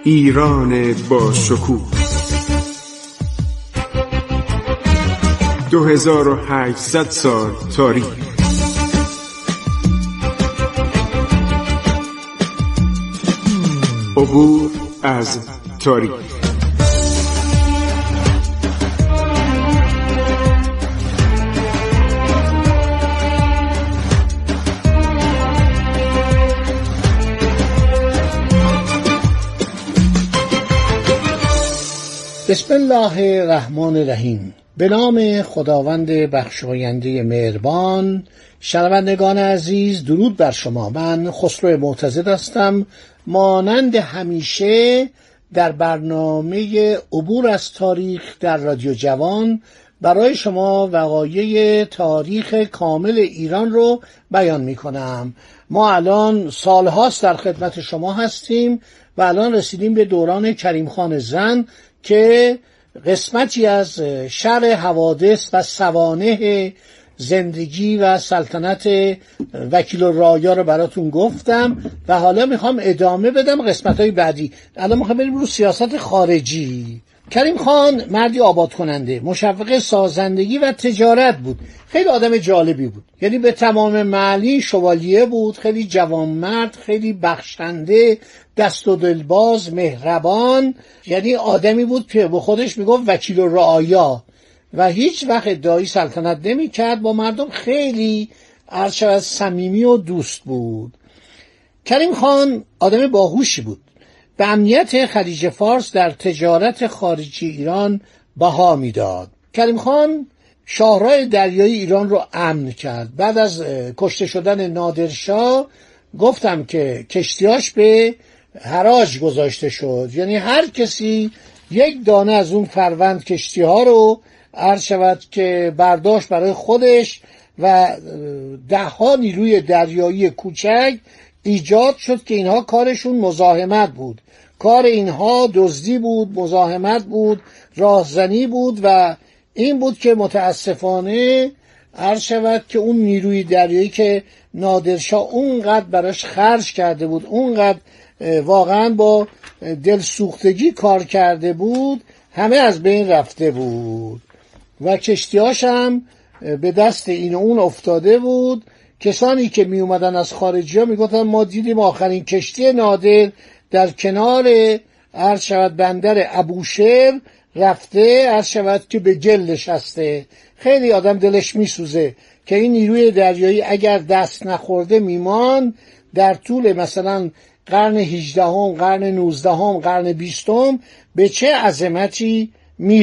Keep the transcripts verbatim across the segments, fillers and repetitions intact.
ایران با شکوه دو هزار و هشتصد سال تاریخ. عبور از تاریخ. بسم الله الرحمن الرحیم. به نام خداوند بخشاینده مهربان. شنوندگان عزیز، درود بر شما. من خسرو معتضد هستم. مانند همیشه در برنامه عبور از تاریخ در رادیو جوان برای شما وقایع تاریخ کامل ایران رو بیان می کنم. ما الان سالهاست در خدمت شما هستیم و الان رسیدیم به دوران کریم خان زند که قسمتی از شرح حوادث و سوانح زندگی و سلطنت وکیل الرعایا رو براتون گفتم و حالا میخوام ادامه بدم قسمت‌های بعدی. الان میخوام بریم رو سیاست خارجی. کریم خان مردی آباد کننده، مشوق سازندگی و تجارت بود. خیلی آدم جالبی بود، یعنی به تمام معنی شوالیه بود. خیلی جوانمرد، خیلی بخشنده، دست و دلباز، مهربان. یعنی آدمی بود که به خودش میگفت وکیل الرعایا و هیچ وقت ادعای سلطنت نمی کرد. با مردم خیلی عرض شود صمیمی و دوست بود. کریم خان آدم باهوشی بود. به امنیت خلیج فارس در تجارت خارجی ایران بها میداد. کریم خان شاهراه دریایی ایران رو امن کرد. بعد از کشته شدن نادرشاه گفتم که کشتیاش به حراج گذاشته شد، یعنی هر کسی یک دانه از اون فروند کشتی ها رو عرض شود که برداشت برای خودش و ده ها نیروی دریایی کوچک ایجاد شد که اینها کارشون مزاحمت بود. کار اینها دزدی بود، مزاحمت بود، راهزنی بود و این بود که متاسفانه عرض شود که اون نیروی دریایی که نادرشاه اونقدر براش خرج کرده بود، اونقدر واقعا با دلسوختگی کار کرده بود، همه از بین رفته بود و کشتیاش هم به دست این و اون افتاده بود. کسانی که می اومدن از خارجی ها می گفتن ما دیدیم آخرین کشتی نادر در کنار عرض شود بندر ابوشهر رفته، عرض شود که به گل نشسته. خیلی آدم دلش می سوزه که این نیروی دریایی اگر دست نخورده میمان در طول مثلا قرن هجدهم، قرن نوزدهم، قرن بیستم به چه عظمتی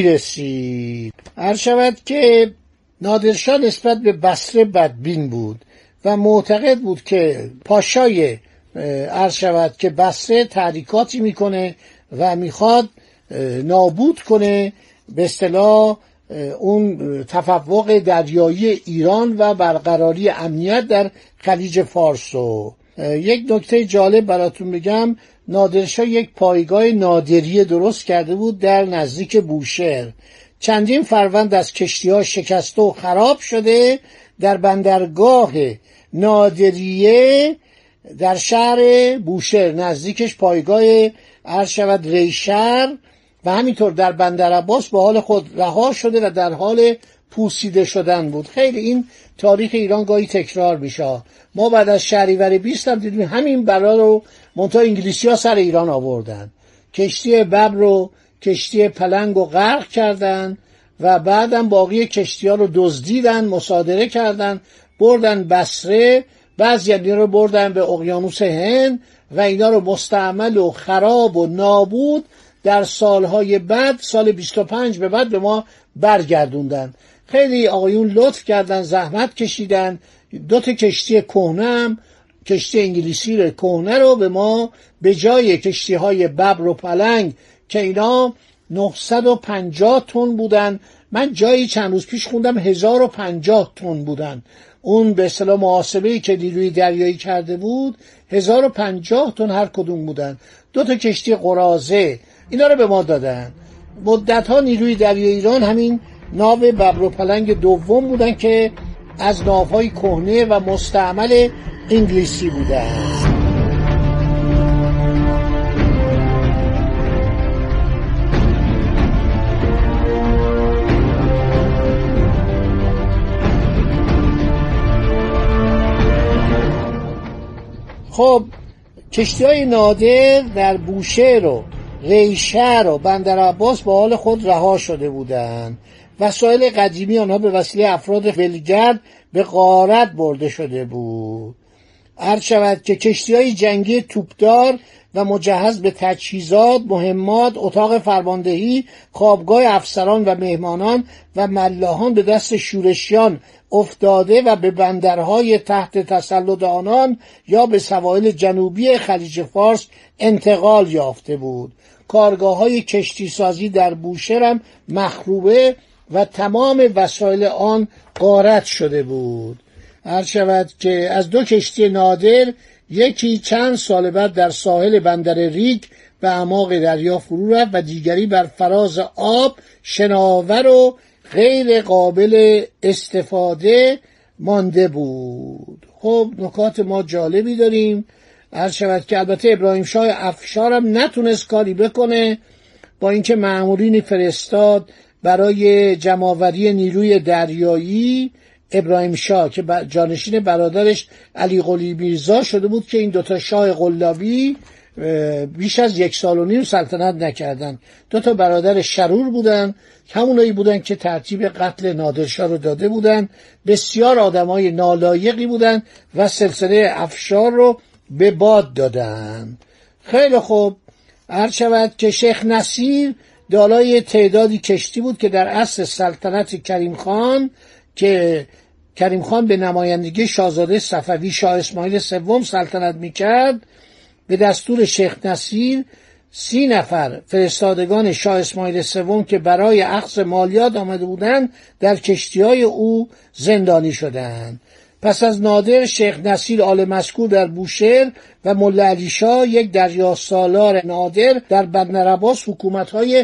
میرسید. عرض شود که نادرشاه نسبت به بصره بدبین بود و معتقد بود که پاشای عرض شود که بصره تحریکاتی میکنه و میخواد نابود کنه به اصطلاح اون تفوق دریایی ایران و برقراری امنیت در خلیج فارس. و یک نکته جالب براتون بگم، نادرشاه یک پایگاه نادریه درست کرده بود در نزدیک بوشهر. چندین فروند از کشتی‌ها شکسته و خراب شده. در بندرگاه نادریه در شهر بوشهر نزدیکش پایگاه عرض شود ریشر و همینطور در بندر عباس به حال خود رها شده و در حال پوسیده شدن بود. خیلی این تاریخ ایران گاهی تکرار میشه. ما بعد از شهریور بیست هم دیدیم همین بلا رو منتها انگلیسی ها سر ایران آوردن. کشتی ببر رو، کشتی پلنگ رو غرق کردن و بعدم باقی کشتی ها رو دزدیدن، مصادره کردن، بردن بصره، بعضی از اینا رو بردن به اقیانوس هند و اینا رو مستعمل و خراب و نابود در سالهای بعد، سال بیست و پنج به بعد به ما برگردوندن. خیلی آقایون لطف کردن، زحمت کشیدن. دو تا کشتی کهنه هم، کشتی انگلیسی رو کهنه رو به ما به جای کشتی های ببر و پلنگ که اینا نهصد و پنجاه تن بودن، من جایی چند روز پیش خوندم هزار و پنجاه تن بودن. اون به اصطلاح محاسبه‌ای که نیروی دریایی کرده بود هزار و پنجاه تن هر کدوم بودن. دو تا کشتی قراضه اینا رو به ما دادن. مدت‌ها نیروی دریایی ایران همین ناو ببر و پلنگ دوم بودن که از ناوهای کهنه و مستعمل انگلیسی بودن. خب کشتی‌های نادر در بوشهر و ریشهر و بندرعباس با حال خود رها شده بودند. وسایل قدیمی آنها به وسیله افراد ولگرد به غارت برده شده بود. عرض شود که کشتی‌های جنگی توپدار و مجهز به تجهیزات، مهمات، اتاق فرماندهی، خوابگاه افسران و مهمانان و ملاحان به دست شورشیان افتاده و به بندرهای تحت تسلط آنان یا به سواحل جنوبی خلیج فارس انتقال یافته بود. کارگاه‌های کشتی سازی در بوشهر هم مخروبه و تمام وسایل آن غارت شده بود. عرض شود که از دو کشتی نادر یکی چند سال بعد در ساحل بندر ریگ به اعماق دریا فرو رفت و دیگری بر فراز آب شناور و غیر قابل استفاده مانده بود. خب نکات ما جالبی داریم. عرض شود که البته ابراهیم شاه افشار هم نتونست کاری بکنه، با اینکه مأمورینی فرستاد برای جمع‌آوری نیروی دریایی. ابراهیم شاه که جانشین برادرش علی قلی میرزا شده بود که این دوتا شاه قلابی بیش از یک سال و نیم سلطنت نکردن. دوتا برادر شرور بودن، همونایی بودن که ترتیب قتل نادرشاه رو داده بودن. بسیار آدمای نالایقی بودن و سلسله افشار رو به باد دادن. خیلی خوب، عرض شود که شیخ نصیر دارای تعدادی کشتی بود که در عصر سلطنت کریم خان که کریم خان به نمایندگی شاهزاده صفوی شاه اسماعیل سوم سلطنت میکرد، به دستور شیخ نصیر سی نفر فرستادگان شاه اسماعیل سوم که برای اخذ مالیات آمده بودند در کشتی‌های او زندانی شدند. پس از نادر، شیخ نصیر آل مذکور در بوشهر و ملا علی شاه یک دریا سالار نادر در بندرعباس حکومت‌های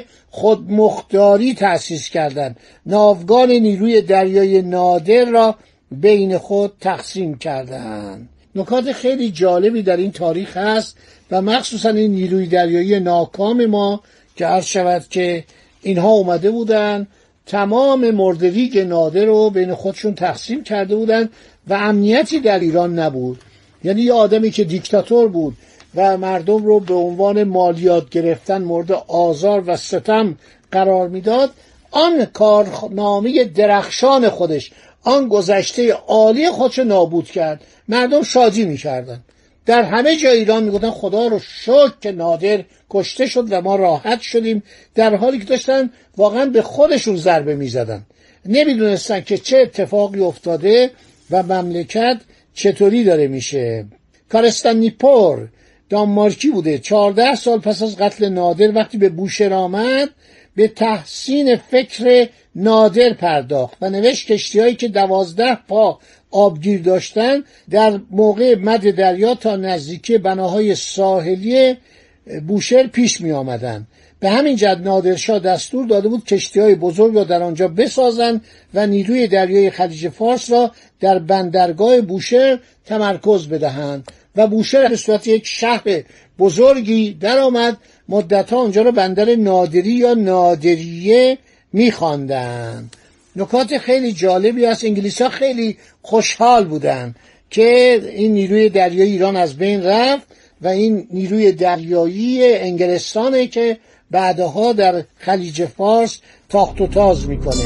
خودمختاری تأسیس کردند. ناوگان نیروی دریایی نادر را بین خود تقسیم کردند. نکات خیلی جالبی در این تاریخ هست و مخصوصا این نیروی دریایی ناکام ما که عرض شود که اینها اومده بودن تمام مردریگ نادر رو بین خودشون تقسیم کرده بودن و امنیتی در ایران نبود. یعنی یه آدمی که دیکتاتور بود و مردم رو به عنوان مالیات گرفتن مورد آزار و ستم قرار میداد، آن کارنامه درخشان خودش، آن گذشته عالی خودش نابود کرد. مردم شادی میکردن، در همه جای ایران میگفتن خدا رو شکر که نادر کشته شد و ما راحت شدیم، در حالی که داشتن واقعا به خودشون ضربه میزدن. نمیدونستن که چه اتفاقی افتاده و مملکت چطوری داره میشه. کارستان نیپور دانمارکی بوده. چهارده سال پس از قتل نادر وقتی به بوشهر آمد، به تحسین فکر نادر پرداخت و نوشت کشتی‌هایی که دوازده پا آبگیر داشتن در موقع مد دریا تا نزدیکی بناهای ساحلی بوشهر پیش می آمدن. به همین جهت نادرشاه دستور داده بود کشتی‌های بزرگ را در آنجا بسازند و نیروی دریایی خلیج فارس را در بندرگاه بوشهر تمرکز بدهند و بوشهر به صورت یک شهر بزرگی در آمد. مدتها آنجا را بندر نادری یا نادریه می خواندند. نکات خیلی جالبی هست. انگلیس‌ها خیلی خوشحال بودند که این نیروی دریایی ایران از بین رفت و این نیروی دریایی انگلستانه که بعدها در خلیج فارس تاخت و تاز میکنه.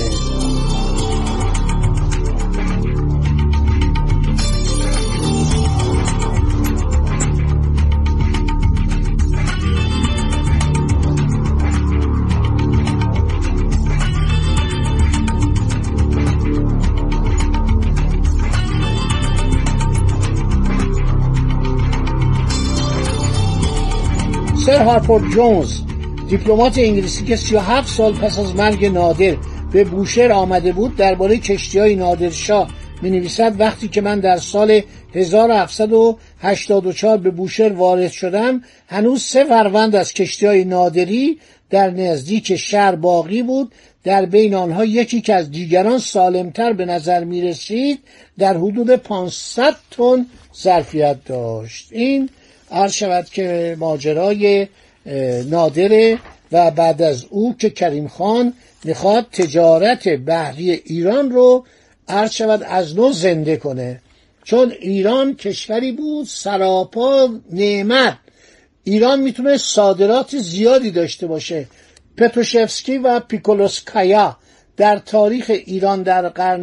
سر هارفورد جونز، دیپلمات انگلیسی که سی و هفت سال پس از مرگ نادر به بوشهر آمده بود، درباره کشتی‌های نادرشاه می‌نویسد وقتی که من در سال هزار و هفتصد و هشتاد و چهار به بوشهر وارد شدم، هنوز سه فروند از کشتی‌های نادری در نزدیک شهر باقی بود. در بین آنها یکی که از دیگران سالمتر به نظر می‌رسید در حدود پانصد تن ظرفیت داشت. این عرض شود که ماجرای نادره و بعد از او که کریم خان میخواد تجارت بحری ایران رو عرض شود از نو زنده کنه. چون ایران کشوری بود سراپا نعمت. ایران میتونه صادرات زیادی داشته باشه. پتروشفسکی و پیکولوسکایا در تاریخ ایران در قرن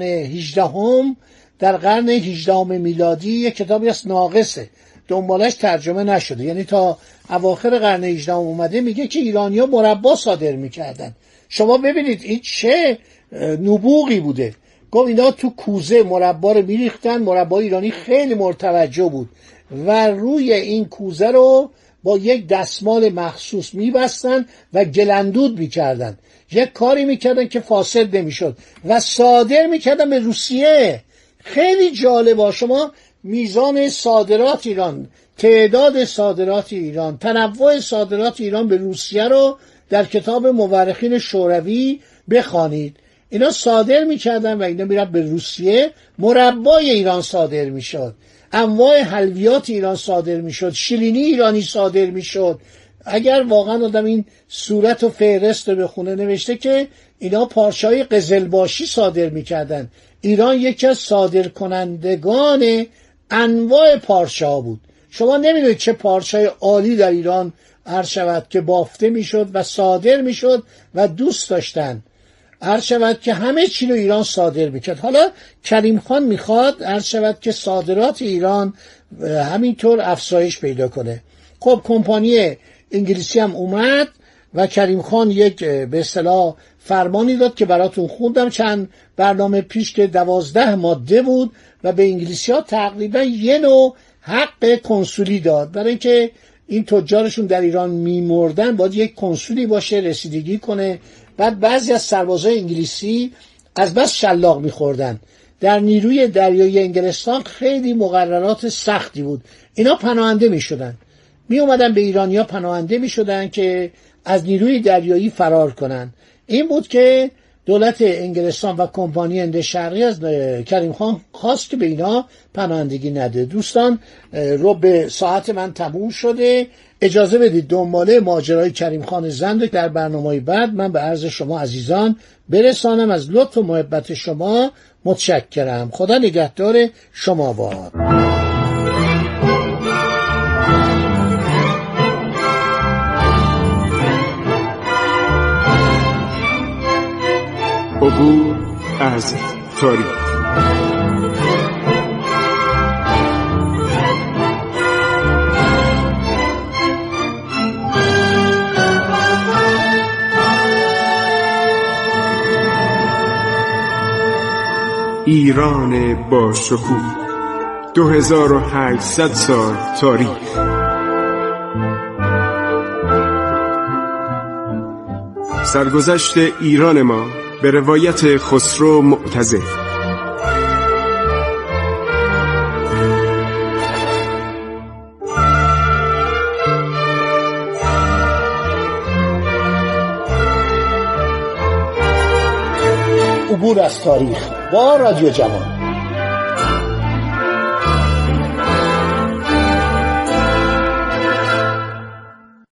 هجدهم در قرن هجدهم میلادی یک کتابی از ناقصه، دنبالش ترجمه نشده، یعنی تا اواخر قرن هجدهم اومده، میگه که ایرانی‌ها مربا صادر میکردن. شما ببینید این چه نبوغی بوده. گفت اینا تو کوزه مربا رو میریختن، مربا ایرانی خیلی مرتوجه بود و روی این کوزه رو با یک دستمال مخصوص میبستن و گلندود میکردن، یک کاری میکردن که فاسد نمیشد و صادر میکردن به روسیه. خیلی جالبه. شما میزان صادرات ایران، تعداد صادرات ایران، تنوع صادرات ایران به روسیه رو در کتاب مورخین شوروی بخوانید. اینا صادر میکردن و اینا میرن به روسیه، مربای ایران صادر میشد، انواع حلویات ایران صادر میشد، شیرینی ایرانی صادر میشد. اگر واقعا آدم این صورت و فهرست رو بخونه، نوشته که اینا پارچه‌های قزلباشی صادر میکردن. ایران یکی از صادر کنندگان انواع پارچه ها بود. شما نمیدونید چه پارچه‌های عالی در ایران عرض شود که بافته میشد و صادر میشد و دوست داشتن. عرض شود که همه چی رو ایران صادر میکرد. حالا کریم خان میخواد عرض شود که صادرات ایران همینطور افزایش پیدا کنه. خب کمپانی انگلیسی هم اومد و کریم خان یک به اصطلاح فرمانی داد که براتون خوندم چند برنامه پیش که دوازده ماده بود و به انگلیسی ها تقریبا یه نوع حق کنسولی داد. برای اینکه این تجارشون در ایران میمردن باید یک کنسولی باشه رسیدگی کنه. بعد بعضی از سربازای انگلیسی از بس شلاق میخوردن. در نیروی دریایی انگلستان خیلی مقررات سختی بود. اینا پناهنده میشدن، می اومدن به ایرانیا پناهنده میشدن که از نیروی دریایی فرار کنن. این بود که دولت انگلستان و کمپانی هند شرقی از کریم خان خواست که به اینا پناهندگی نده. دوستان رو به ساعت من تموم شده، اجازه بدید دنباله ماجرای کریم خان زند در برنامه‌های بعد من به عرض شما عزیزان برسانم. از لطف و محبت شما متشکرم. خدا نگهدار شما باد. عبور از تاریخ. ایران با شکوه، دو هزار و هشتصد سال تاریخ. سرگذشت ایران ما به روایت خسرو معتزد. عبور از تاریخ با رادیو جوان.